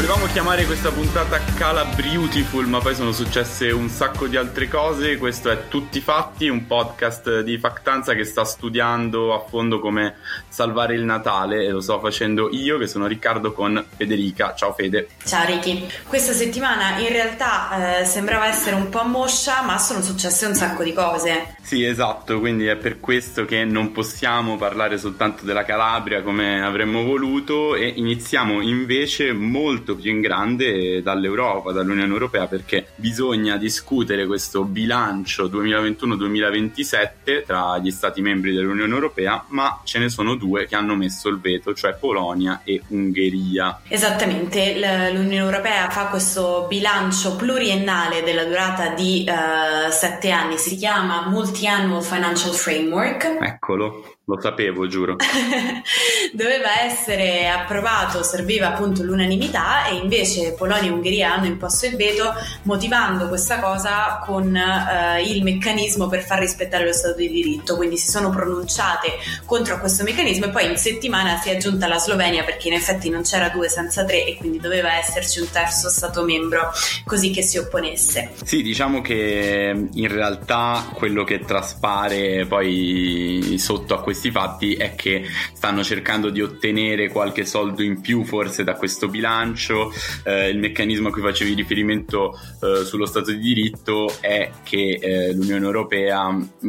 Volevamo chiamare questa puntata Cala Beautiful, ma poi sono successe un sacco di altre cose. Questo è Tutti Fatti, un podcast di Factanza che sta studiando a fondo come salvare il Natale, e lo sto facendo io, che sono Riccardo, con Federica. Ciao Fede. Ciao Ricky. Questa settimana in realtà sembrava essere un po' moscia, ma sono successe un sacco di cose. Sì, esatto, quindi è per questo che non possiamo parlare soltanto della Calabria come avremmo voluto, e iniziamo invece molto più in grande dall'Europa, dall'Unione Europea, perché bisogna discutere questo bilancio 2021-2027 tra gli stati membri dell'Unione Europea, ma ce ne sono due che hanno messo il veto, cioè Polonia e Ungheria. Esattamente, l'Unione Europea fa questo bilancio pluriennale della durata di 7 anni, si chiama Multi-Annual Financial Framework. Eccolo. Lo sapevo, giuro. Doveva essere approvato, serviva appunto l'unanimità, e invece Polonia e Ungheria hanno imposto il veto, motivando questa cosa con il meccanismo per far rispettare lo Stato di diritto. Quindi si sono pronunciate contro questo meccanismo, e poi in settimana si è aggiunta la Slovenia, perché in effetti non c'era 2 senza 3 e quindi doveva esserci un terzo Stato membro così che si opponesse. Sì, diciamo che in realtà quello che traspare poi sotto a questi fatti è che stanno cercando di ottenere qualche soldo in più forse da questo bilancio. Il meccanismo a cui facevi riferimento sullo Stato di diritto è che l'Unione Europea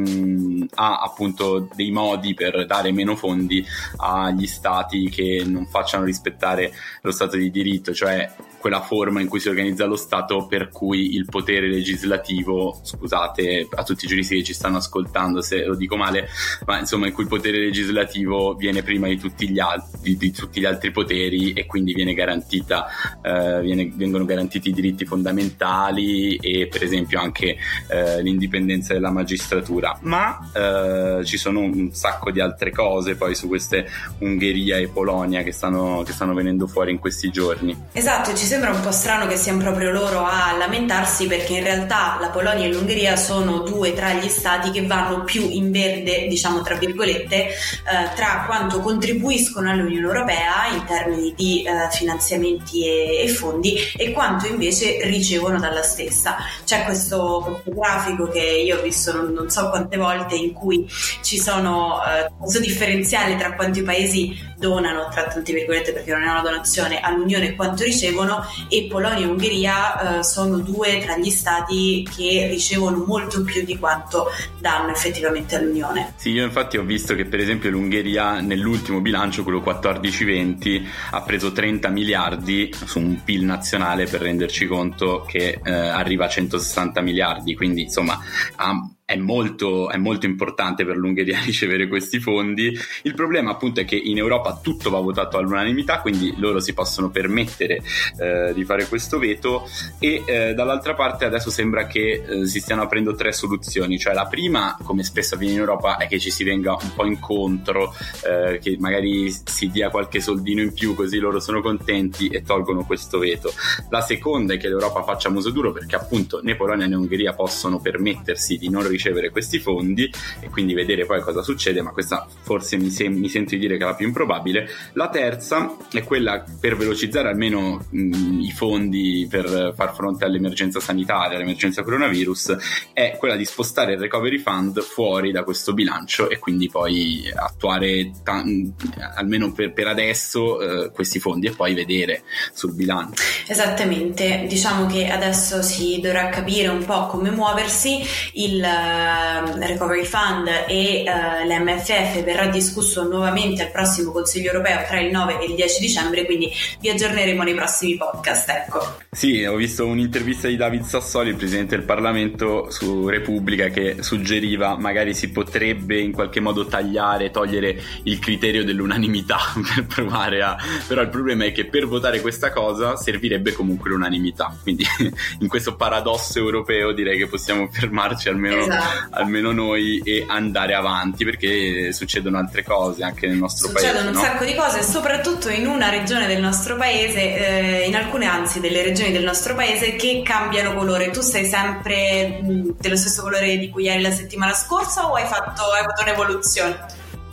ha appunto dei modi per dare meno fondi agli stati che non facciano rispettare lo Stato di diritto, cioè quella forma in cui si organizza lo Stato per cui il potere legislativo, scusate a tutti i giuristi che ci stanno ascoltando se lo dico male, ma insomma in cui il potere legislativo viene prima di tutti gli altri poteri, e quindi viene garantita vengono garantiti i diritti fondamentali e per esempio anche l'indipendenza della magistratura. Ma ci sono un sacco di altre cose poi su queste Ungheria e Polonia che stanno venendo fuori in questi giorni. Esatto, ci sembra un po' strano che siano proprio loro a lamentarsi, perché in realtà la Polonia e l'Ungheria sono 2 tra gli stati che vanno più in verde, diciamo tra virgolette, tra quanto contribuiscono all'Unione Europea in termini di finanziamenti e fondi, e quanto invece ricevono dalla stessa. C'è questo grafico che io ho visto non so quante volte, in cui ci sono questo differenziale tra quanti paesi donano, tra tante virgolette perché non è una donazione, all'Unione e quanto ricevono, e Polonia e Ungheria sono 2 tra gli stati che ricevono molto più di quanto danno effettivamente all'Unione. Sì, io infatti ho visto che per esempio l'Ungheria nell'ultimo bilancio, quello 14-20, ha preso 30 miliardi su un PIL nazionale, per renderci conto che arriva a 160 miliardi, quindi insomma è molto importante per l'Ungheria ricevere questi fondi. Il problema appunto è che in Europa tutto va votato all'unanimità, quindi loro si possono permettere di fare questo veto, e dall'altra parte adesso sembra che si stiano aprendo 3 soluzioni. Cioè la prima, come spesso avviene in Europa, è che ci si venga un po' incontro, che magari si dia qualche soldino in più, così loro sono contenti e tolgono questo veto. La seconda è che l'Europa faccia muso duro, perché appunto né Polonia né Ungheria possono permettersi di non ricevere questi fondi, e quindi vedere poi cosa succede, ma questa forse mi sento di dire che è la più improbabile. La terza è quella per velocizzare almeno i fondi per far fronte all'emergenza sanitaria, all'emergenza coronavirus, è quella di spostare il Recovery Fund fuori da questo bilancio, e quindi poi attuare almeno per adesso questi fondi, e poi vedere sul bilancio. Esattamente, diciamo che adesso si dovrà capire un po' come muoversi. Il Recovery Fund e l'MFF verrà discusso nuovamente al prossimo Consiglio Europeo tra il 9 e il 10 dicembre, quindi vi aggiorneremo nei prossimi podcast, ecco. Sì, ho visto un'intervista di David Sassoli, il Presidente del Parlamento, su Repubblica, che suggeriva magari si potrebbe in qualche modo togliere il criterio dell'unanimità per provare a... Però il problema è che per votare questa cosa servirebbe comunque l'unanimità, quindi in questo paradosso europeo direi che possiamo fermarci almeno noi e andare avanti, perché succedono altre cose anche nel nostro paese. Succedono un sacco di cose, soprattutto in una regione del nostro paese, in alcune anzi delle regioni del nostro paese che cambiano colore. Tu sei sempre dello stesso colore di cui eri la settimana scorsa, o hai fatto un'evoluzione?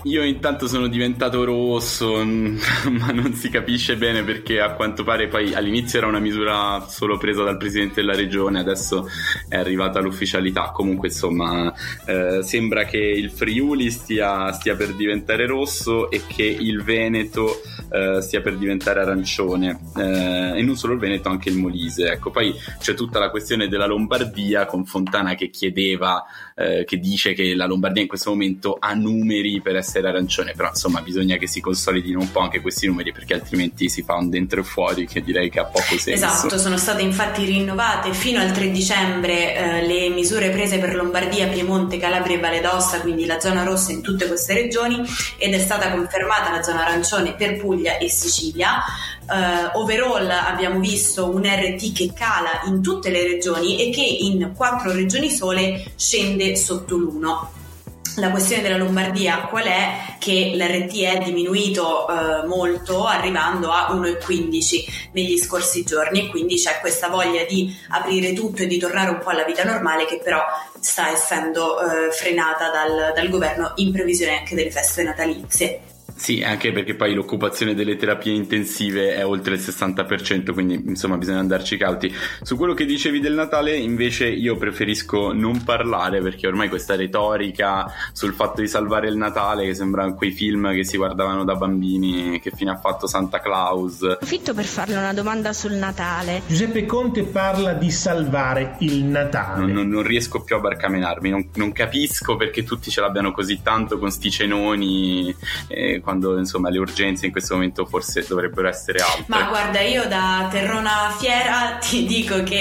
Io intanto sono diventato rosso, ma non si capisce bene perché a quanto pare poi all'inizio era una misura solo presa dal presidente della regione, adesso è arrivata l'ufficialità. Comunque insomma sembra che il Friuli stia per diventare rosso e che il Veneto stia per diventare arancione, e non solo il Veneto, anche il Molise. Ecco, poi c'è tutta la questione della Lombardia con Fontana che chiedeva, che dice che la Lombardia in questo momento ha numeri per essere arancione, però insomma bisogna che si consolidino un po' anche questi numeri, perché altrimenti si fa un dentro e fuori che direi che ha poco senso. Esatto, sono state infatti rinnovate fino al 3 dicembre le misure prese per Lombardia, Piemonte, Calabria e Valle d'Aosta, quindi la zona rossa in tutte queste regioni, ed è stata confermata la zona arancione per Puglia e Sicilia. Overall abbiamo visto un RT che cala in tutte le regioni e che in 4 regioni sole scende sotto l'1. La questione della Lombardia qual è? Che l'RT è diminuito molto, arrivando a 1,15 negli scorsi giorni, e quindi c'è questa voglia di aprire tutto e di tornare un po' alla vita normale, che però sta essendo frenata dal governo in previsione anche delle feste natalizie. Sì, anche perché poi l'occupazione delle terapie intensive è oltre il 60%, quindi insomma bisogna andarci cauti. Su quello che dicevi del Natale invece io preferisco non parlare, perché ormai questa retorica sul fatto di salvare il Natale, che sembra quei film che si guardavano da bambini, che fine ha fatto Santa Claus. Approfitto per farle una domanda sul Natale. Giuseppe Conte parla di salvare il Natale. Non riesco più a barcamenarmi, non capisco perché tutti ce l'abbiano così tanto con sti cenoni, quando insomma le urgenze in questo momento forse dovrebbero essere altre. Ma guarda, io da terrona fiera ti dico che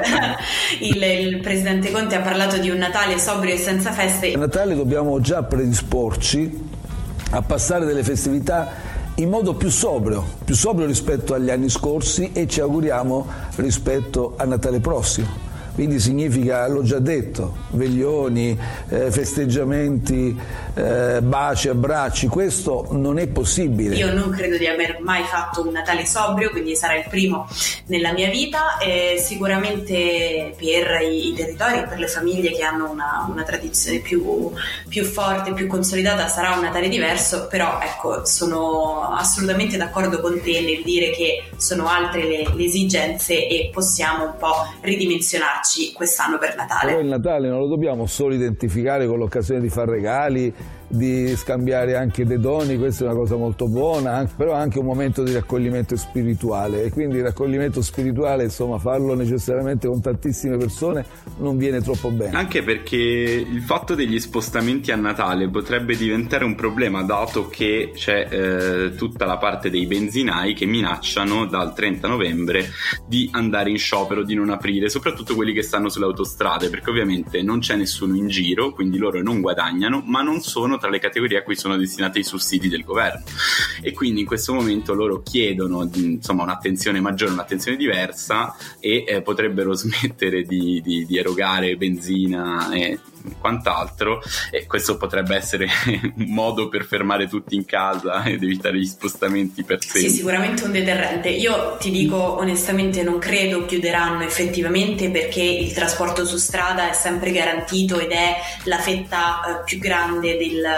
il presidente Conte ha parlato di un Natale sobrio e senza feste. A Natale dobbiamo già predisporci a passare delle festività in modo più sobrio rispetto agli anni scorsi, e ci auguriamo rispetto a Natale prossimo. Quindi significa, l'ho già detto, veglioni, festeggiamenti, baci, abbracci. Questo non è possibile. Io non credo di aver mai fatto un Natale sobrio, quindi sarà il primo nella mia vita, e sicuramente per i territori e per le famiglie che hanno una tradizione più forte, più consolidata, sarà un Natale diverso. Però ecco, sono assolutamente d'accordo con te nel dire che sono altre le esigenze e possiamo un po' ridimensionarci quest'anno per Natale. Però il Natale non lo dobbiamo solo identificare con l'occasione di fare regali, di scambiare anche dei doni, questa è una cosa molto buona, però anche un momento di raccoglimento spirituale, e quindi il raccoglimento spirituale, insomma, farlo necessariamente con tantissime persone non viene troppo bene. Anche perché il fatto degli spostamenti a Natale potrebbe diventare un problema, dato che c'è tutta la parte dei benzinai che minacciano dal 30 novembre di andare in sciopero, di non aprire, soprattutto quelli che stanno sulle autostrade, perché ovviamente non c'è nessuno in giro, quindi loro non guadagnano, ma non sono tra le categorie a cui sono destinati i sussidi del governo, e quindi in questo momento loro chiedono insomma un'attenzione maggiore, un'attenzione diversa, e potrebbero smettere di erogare benzina e quant'altro, e questo potrebbe essere un modo per fermare tutti in casa ed evitare gli spostamenti per sempre. Sì, sicuramente un deterrente. Io ti dico onestamente, non credo chiuderanno effettivamente, perché il trasporto su strada è sempre garantito ed è la fetta più grande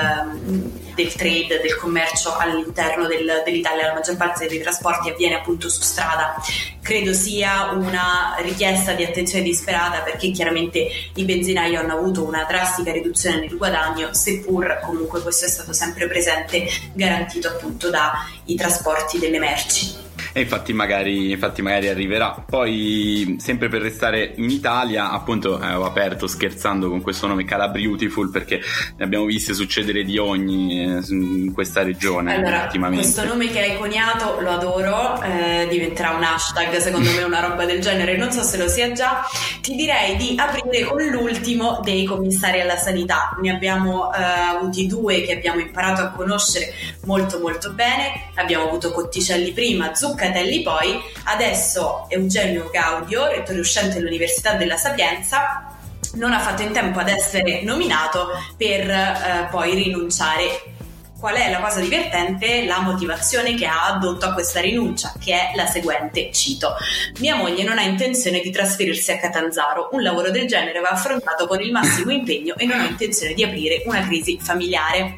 del trade, del commercio all'interno dell'Italia. La maggior parte dei trasporti avviene appunto su strada. Credo sia una richiesta di attenzione disperata, perché chiaramente i benzinai hanno avuto una drastica riduzione nel guadagno, seppur comunque questo è stato sempre presente, garantito appunto dai trasporti delle merci. E infatti magari arriverà. Poi, sempre per restare in Italia, appunto ho aperto scherzando con questo nome Cala Beautiful, perché ne abbiamo viste succedere di ogni in questa regione. Allora, ultimamente. Questo nome che hai coniato lo adoro, diventerà un hashtag secondo me, una roba del genere, non so se lo sia già. Ti direi di aprire con l'ultimo dei commissari alla sanità. Ne abbiamo avuti 2 che abbiamo imparato a conoscere molto molto bene. Abbiamo avuto Cotticelli prima, Zuccatelli poi, adesso Eugenio Gaudio, rettore uscente dell'Università della Sapienza, non ha fatto in tempo ad essere nominato per poi rinunciare. Qual è la cosa divertente? La motivazione che ha addotto a questa rinuncia, che è la seguente, cito: mia moglie non ha intenzione di trasferirsi a Catanzaro, un lavoro del genere va affrontato con il massimo impegno e non ho intenzione di aprire una crisi familiare.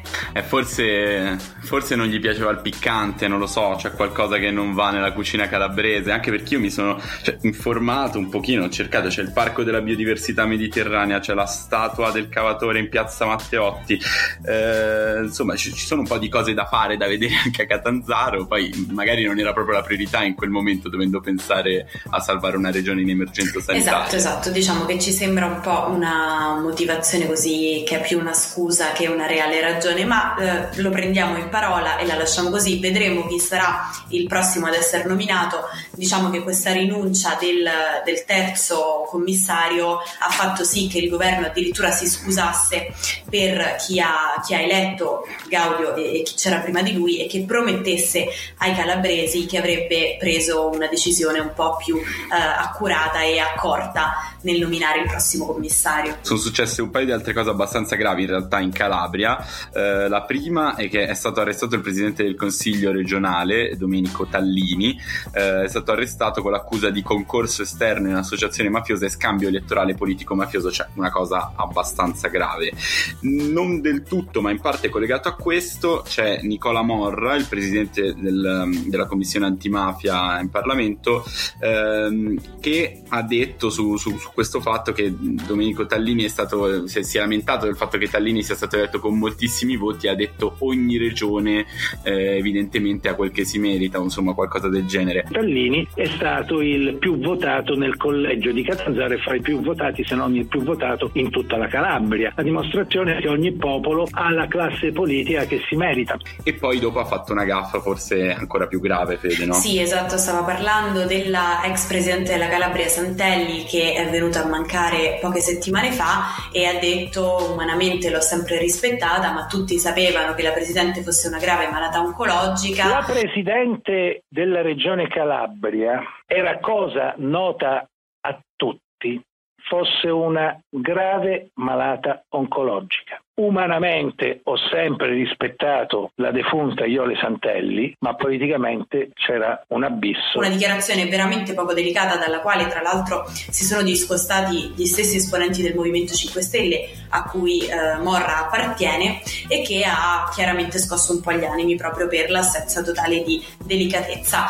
Forse non gli piaceva il piccante, non lo so, c'è qualcosa che non va nella cucina calabrese, anche perché io mi sono informato un pochino, ho cercato, c'è il Parco della Biodiversità Mediterranea, c'è la statua del cavatore in piazza Matteotti, insomma ci sono un po' di cose da fare, da vedere anche a Catanzaro. Poi magari non era proprio la priorità in quel momento, dovendo pensare a salvare una regione in emergenza sanitaria. Esatto, diciamo che ci sembra un po' una motivazione così, che è più una scusa che una reale ragione, ma lo prendiamo in parola e la lasciamo così. Vedremo chi sarà il prossimo ad essere nominato. Diciamo che questa rinuncia del terzo commissario ha fatto sì che il governo addirittura si scusasse per chi ha eletto Gaudio e chi c'era prima di lui, e che promettesse ai calabresi che avrebbe preso una decisione un po' più accurata e accorta nel nominare il prossimo commissario. Sono successe un paio di altre cose abbastanza gravi in realtà in Calabria. La prima è che è stato arrestato il presidente del consiglio regionale Domenico Tallini, è stato arrestato con l'accusa di concorso esterno in associazione mafiosa e scambio elettorale politico mafioso, cioè una cosa abbastanza grave. Non del tutto, ma in parte collegato a questo, c'è Nicola Morra, il presidente della commissione antimafia in Parlamento, che ha detto su questo fatto che Domenico Tallini si è lamentato del fatto che Tallini sia stato eletto con moltissimi voti. Ha detto ogni regione evidentemente ha quel che si merita, insomma qualcosa del genere. Tallini è stato il più votato nel collegio di Catanzaro e fra i più votati, se non il più votato in tutta la Calabria, a dimostrazione che ogni popolo ha la classe politica che si merita. E poi dopo ha fatto una gaffa forse ancora più grave, Fede, no? Sì, esatto, stava parlando della ex presidente della Calabria Santelli, che è venuta a mancare poche settimane fa, e ha detto: umanamente l'ho sempre rispettata, ma tutti sapevano che la presidente fosse una grave malata oncologica. La presidente della regione Calabria era cosa nota a tutti fosse una grave malata oncologica. Umanamente ho sempre rispettato la defunta Iole Santelli, ma politicamente c'era un abisso. Una dichiarazione veramente poco delicata, dalla quale tra l'altro si sono discostati gli stessi esponenti del Movimento 5 Stelle a cui Morra appartiene, e che ha chiaramente scosso un po' gli animi proprio per l'assenza totale di delicatezza.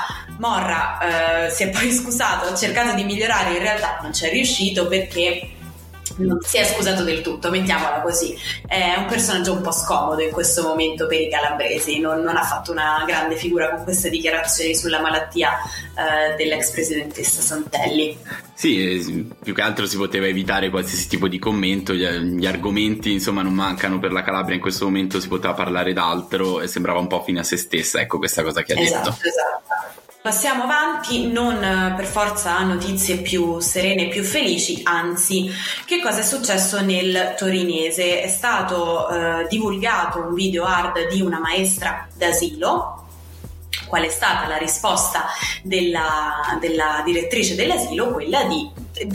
Morra si è poi scusato, ha cercato di migliorare, in realtà non ci è riuscito perché non si è scusato del tutto, mettiamola così. È un personaggio un po' scomodo in questo momento per i calabresi, non ha fatto una grande figura con queste dichiarazioni sulla malattia dell'ex presidentessa Santelli. Sì, più che altro si poteva evitare qualsiasi tipo di commento, gli argomenti insomma non mancano per la Calabria in questo momento, si poteva parlare d'altro e sembrava un po' fine a se stessa, ecco, questa cosa che ha detto. Esatto. Passiamo avanti, non per forza a notizie più serene, più felici, anzi. Che cosa è successo nel torinese? È stato divulgato un video hard di una maestra d'asilo. Qual è stata la risposta della direttrice dell'asilo? Quella di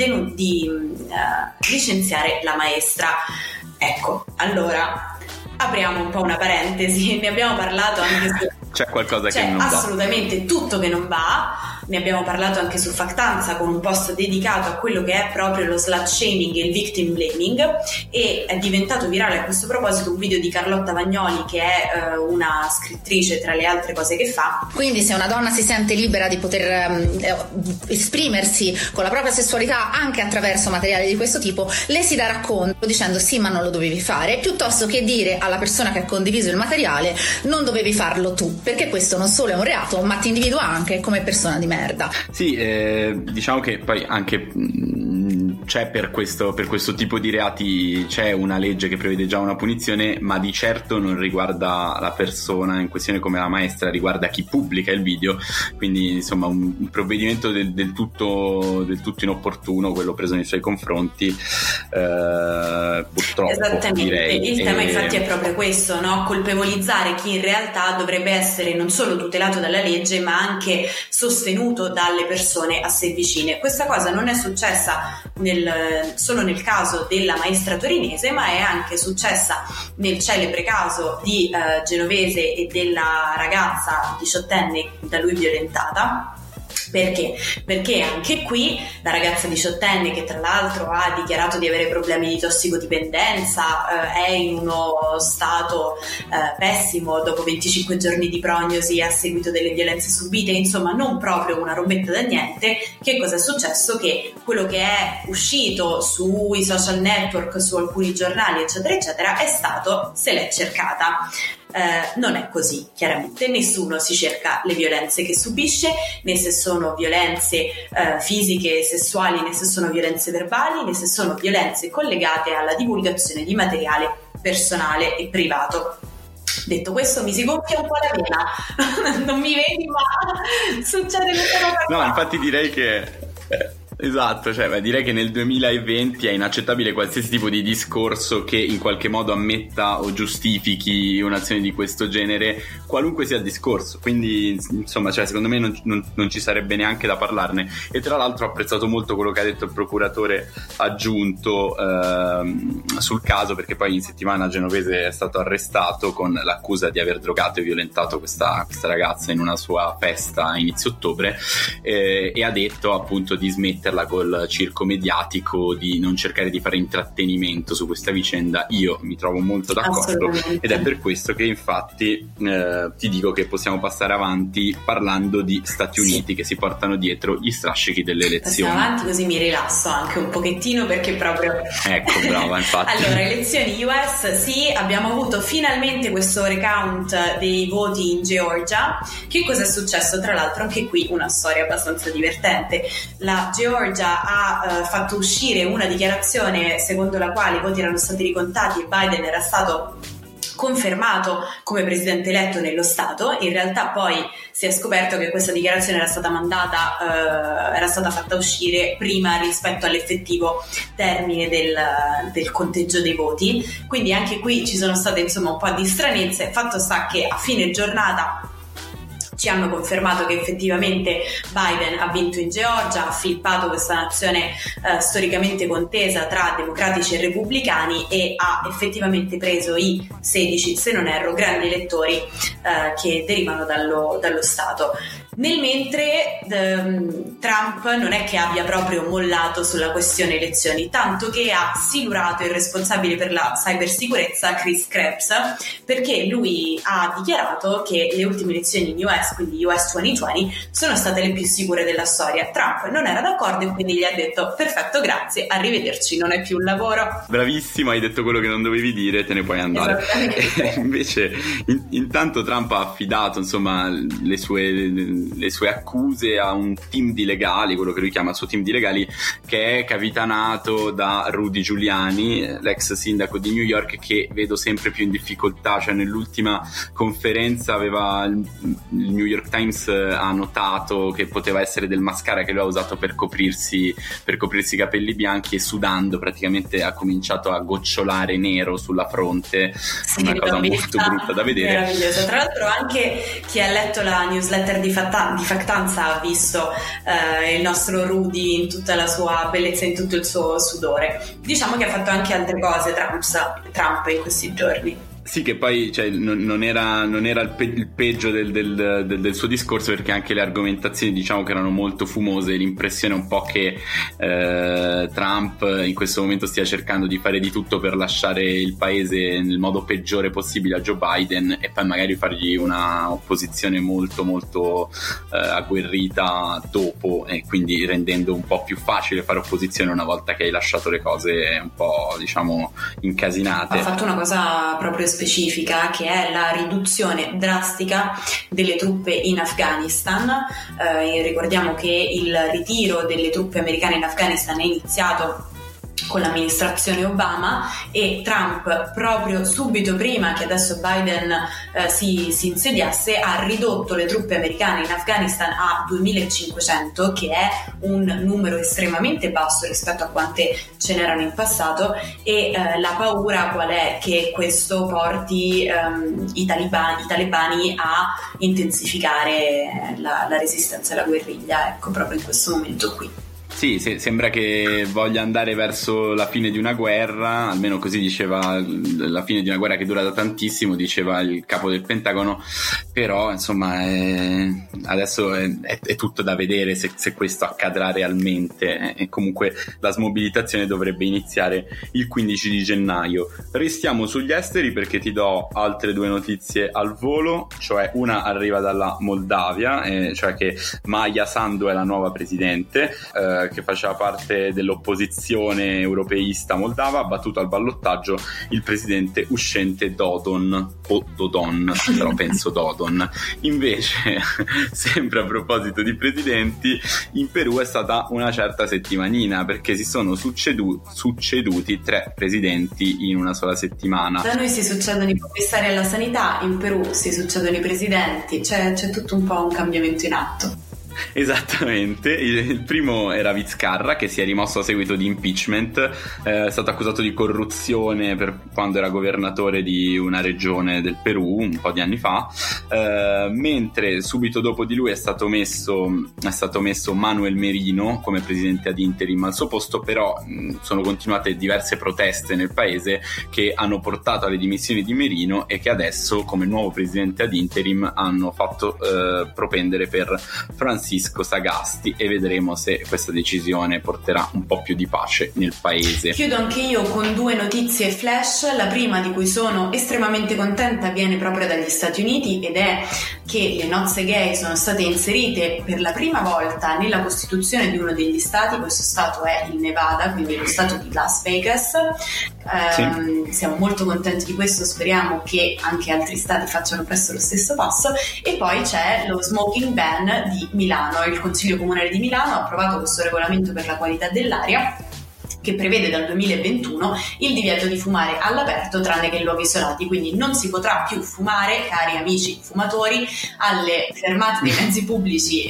licenziare la maestra. Ecco, allora apriamo un po' una parentesi, ne abbiamo parlato anche su... C'è qualcosa che non va. C'è assolutamente tutto che non va. Ne abbiamo parlato anche su Factanza con un post dedicato a quello che è proprio lo slut shaming e il victim blaming, e è diventato virale a questo proposito un video di Carlotta Vagnoli, che è una scrittrice tra le altre cose che fa. Quindi se una donna si sente libera di poter esprimersi con la propria sessualità anche attraverso materiale di questo tipo, le si darà conto dicendo sì ma non lo dovevi fare, piuttosto che dire alla persona che ha condiviso il materiale non dovevi farlo tu, perché questo non solo è un reato ma ti individua anche come persona di merda. Sì, diciamo che poi anche c'è per questo tipo di reati c'è una legge che prevede già una punizione, ma di certo non riguarda la persona in questione come la maestra, riguarda chi pubblica il video, quindi insomma un provvedimento del tutto inopportuno quello preso nei suoi confronti, purtroppo. Esattamente, direi. Il tema infatti è proprio questo, no? Colpevolizzare chi in realtà dovrebbe essere non solo tutelato dalla legge ma anche sostenuto dalle persone a sé vicine. Questa cosa non è successa nel solo nel caso della maestra torinese, ma è anche successa nel celebre caso di Genovese e della ragazza 18enne da lui violentata. Perché? Perché anche qui la ragazza 18enne, che tra l'altro ha dichiarato di avere problemi di tossicodipendenza, è in uno stato pessimo dopo 25 giorni di prognosi a seguito delle violenze subite, insomma non proprio una robetta da niente. Che cosa è successo? Che quello che è uscito sui social network, su alcuni giornali eccetera eccetera, è stato: se l'è cercata. Non è così, chiaramente nessuno si cerca le violenze che subisce, né se sono violenze fisiche e sessuali, né se sono violenze verbali, né se sono violenze collegate alla divulgazione di materiale personale e privato. Detto questo, mi si gonfia un po' la vena, non mi vedi, ma succede questa cosa qua. No, infatti direi che esatto, cioè direi che nel 2020 è inaccettabile qualsiasi tipo di discorso che in qualche modo ammetta o giustifichi un'azione di questo genere, qualunque sia il discorso. Quindi insomma, cioè, secondo me non ci sarebbe neanche da parlarne. E tra l'altro ho apprezzato molto quello che ha detto il procuratore aggiunto sul caso, perché poi in settimana Genovese è stato arrestato con l'accusa di aver drogato e violentato questa ragazza in una sua festa a inizio ottobre, e ha detto appunto di smetterla col circo mediatico, di non cercare di fare intrattenimento su questa vicenda. Io mi trovo molto d'accordo, ed è per questo che infatti ti dico che possiamo passare avanti parlando di Stati Uniti, che si portano dietro gli strascichi delle elezioni. Passiamo avanti così mi rilasso anche un pochettino, perché proprio ecco, brava, infatti. Allora, elezioni US, sì, abbiamo avuto finalmente questo recount dei voti in Georgia. Che cosa è successo? Tra l'altro anche qui una storia abbastanza divertente. La Georgia ha fatto uscire una dichiarazione secondo la quale i voti erano stati ricontati e Biden era stato confermato come presidente eletto nello stato. In realtà poi si è scoperto che questa dichiarazione era stata fatta uscire prima rispetto all'effettivo termine del conteggio dei voti, quindi anche qui ci sono state insomma un po' di stranezze. Fatto sta che a fine giornata ci hanno confermato che effettivamente Biden ha vinto in Georgia, ha flippato questa nazione storicamente contesa tra democratici e repubblicani, e ha effettivamente preso i 16, se non erro, grandi elettori che derivano dallo Stato. Nel mentre Trump non è che abbia proprio mollato sulla questione elezioni, tanto che ha silurato il responsabile per la cybersicurezza Chris Krebs, perché lui ha dichiarato che le ultime elezioni in US, quindi US 2020, sono state le più sicure della storia. Trump non era d'accordo e quindi gli ha detto: perfetto, grazie, arrivederci, non è più un lavoro. Bravissimo, hai detto quello che non dovevi dire, te ne puoi andare. Invece intanto Trump ha affidato insomma le sue accuse a un team di legali, quello che lui chiama il suo team di legali, che è capitanato da Rudy Giuliani, l'ex sindaco di New York, che vedo sempre più in difficoltà. Cioè nell'ultima conferenza il New York Times ha notato che poteva essere del mascara che lui ha usato per coprirsi i capelli bianchi, e sudando praticamente ha cominciato a gocciolare nero sulla fronte. Una cosa molto brutta da vedere. Meravigliosa. Tra l'altro anche chi ha letto la newsletter di Factanza ha visto il nostro Rudy in tutta la sua bellezza, in tutto il suo sudore. Diciamo che ha fatto anche altre cose Trump in questi giorni. Sì, che poi cioè, non era il peggio del suo discorso, perché anche le argomentazioni diciamo che erano molto fumose. L'impressione è un po' che Trump in questo momento stia cercando di fare di tutto per lasciare il paese nel modo peggiore possibile a Joe Biden, e poi magari fargli una opposizione molto molto agguerrita dopo, e quindi rendendo un po' più facile fare opposizione una volta che hai lasciato le cose un po' diciamo incasinate. Ha fatto una cosa proprio specifica, che è la riduzione drastica delle truppe in Afghanistan. Ricordiamo che il ritiro delle truppe americane in Afghanistan è iniziato con l'amministrazione Obama, e Trump proprio subito prima che adesso Biden si insediasse ha ridotto le truppe americane in Afghanistan a 2.500, che è un numero estremamente basso rispetto a quante ce n'erano in passato, e la paura qual è? Che questo porti i talebani a intensificare la resistenza e la guerriglia, ecco, proprio in questo momento qui. Sì, sembra che voglia andare verso la fine di una guerra, almeno così diceva, la fine di una guerra che dura da tantissimo, diceva il capo del Pentagono, però insomma adesso è tutto da vedere se questo accadrà realmente, e comunque la smobilitazione dovrebbe iniziare il 15 di gennaio. Restiamo sugli esteri perché ti do altre due notizie al volo, cioè una arriva dalla Moldavia, cioè che Maia Sandu è la nuova presidente, che faceva parte dell'opposizione europeista moldava, ha battuto al ballottaggio il presidente uscente Dodon, o Dodon, però penso Dodon. Invece, sempre a proposito di presidenti, in Perù è stata una certa settimanina, perché si sono succeduti 3 presidenti in una sola settimana. Da noi si succedono i commissari alla sanità, in Perù si succedono i presidenti, c'è tutto un po' un cambiamento in atto. Esattamente, il primo era Vizcarra, che si è rimosso a seguito di impeachment, è stato accusato di corruzione per quando era governatore di una regione del Perù un po' di anni fa, mentre subito dopo di lui è stato messo Manuel Merino come presidente ad interim al suo posto, però sono continuate diverse proteste nel paese che hanno portato alle dimissioni di Merino e che adesso come nuovo presidente ad interim hanno fatto propendere per Francisco Sagasti, e vedremo se questa decisione porterà un po' più di pace nel paese. Chiudo anche io con 2 notizie flash. La prima, di cui sono estremamente contenta, viene proprio dagli Stati Uniti, ed è che le nozze gay sono state inserite per la prima volta nella Costituzione di uno degli stati. Questo stato è il Nevada, quindi lo stato di Las Vegas. Sì. Siamo molto contenti di questo, speriamo che anche altri stati facciano presto lo stesso passo. E poi c'è lo smoking ban di Milano. Il Consiglio Comunale di Milano ha approvato questo regolamento per la qualità dell'aria che prevede dal 2021 il divieto di fumare all'aperto tranne che in luoghi isolati, quindi non si potrà più fumare, cari amici fumatori, alle fermate dei mezzi pubblici,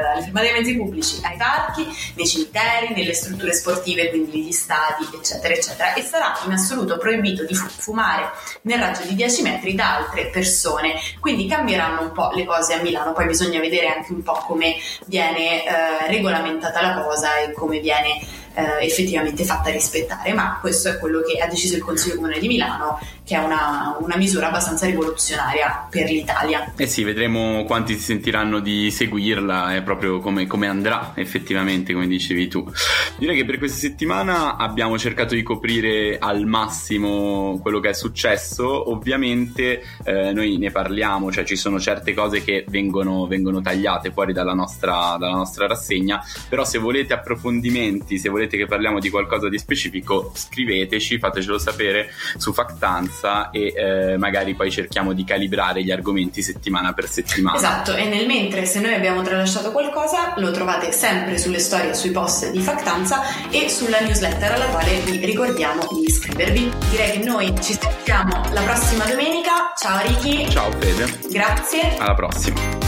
ai parchi, nei cimiteri, nelle strutture sportive, quindi negli stadi, eccetera eccetera, e sarà in assoluto proibito di fumare nel raggio di 10 metri da altre persone. Quindi cambieranno un po' le cose a Milano, poi bisogna vedere anche un po' come viene regolamentata la cosa e come viene effettivamente fatta rispettare, ma questo è quello che ha deciso il Consiglio Comunale di Milano, che è una misura abbastanza rivoluzionaria per l'Italia. Sì, vedremo quanti si sentiranno di seguirla, è proprio come andrà effettivamente, come dicevi tu. Direi che per questa settimana abbiamo cercato di coprire al massimo quello che è successo. Ovviamente noi ne parliamo, cioè ci sono certe cose che vengono tagliate fuori dalla nostra rassegna, però se volete approfondimenti, se volete che parliamo di qualcosa di specifico, scriveteci, fatecelo sapere su Factanza e magari poi cerchiamo di calibrare gli argomenti settimana per settimana. Esatto, e nel mentre, se noi abbiamo tralasciato qualcosa, lo trovate sempre sulle storie, sui post di Factanza e sulla newsletter alla quale vi ricordiamo di iscrivervi. Direi che noi ci sentiamo la prossima domenica. Ciao Ricky. Ciao Fede. Grazie. Alla prossima.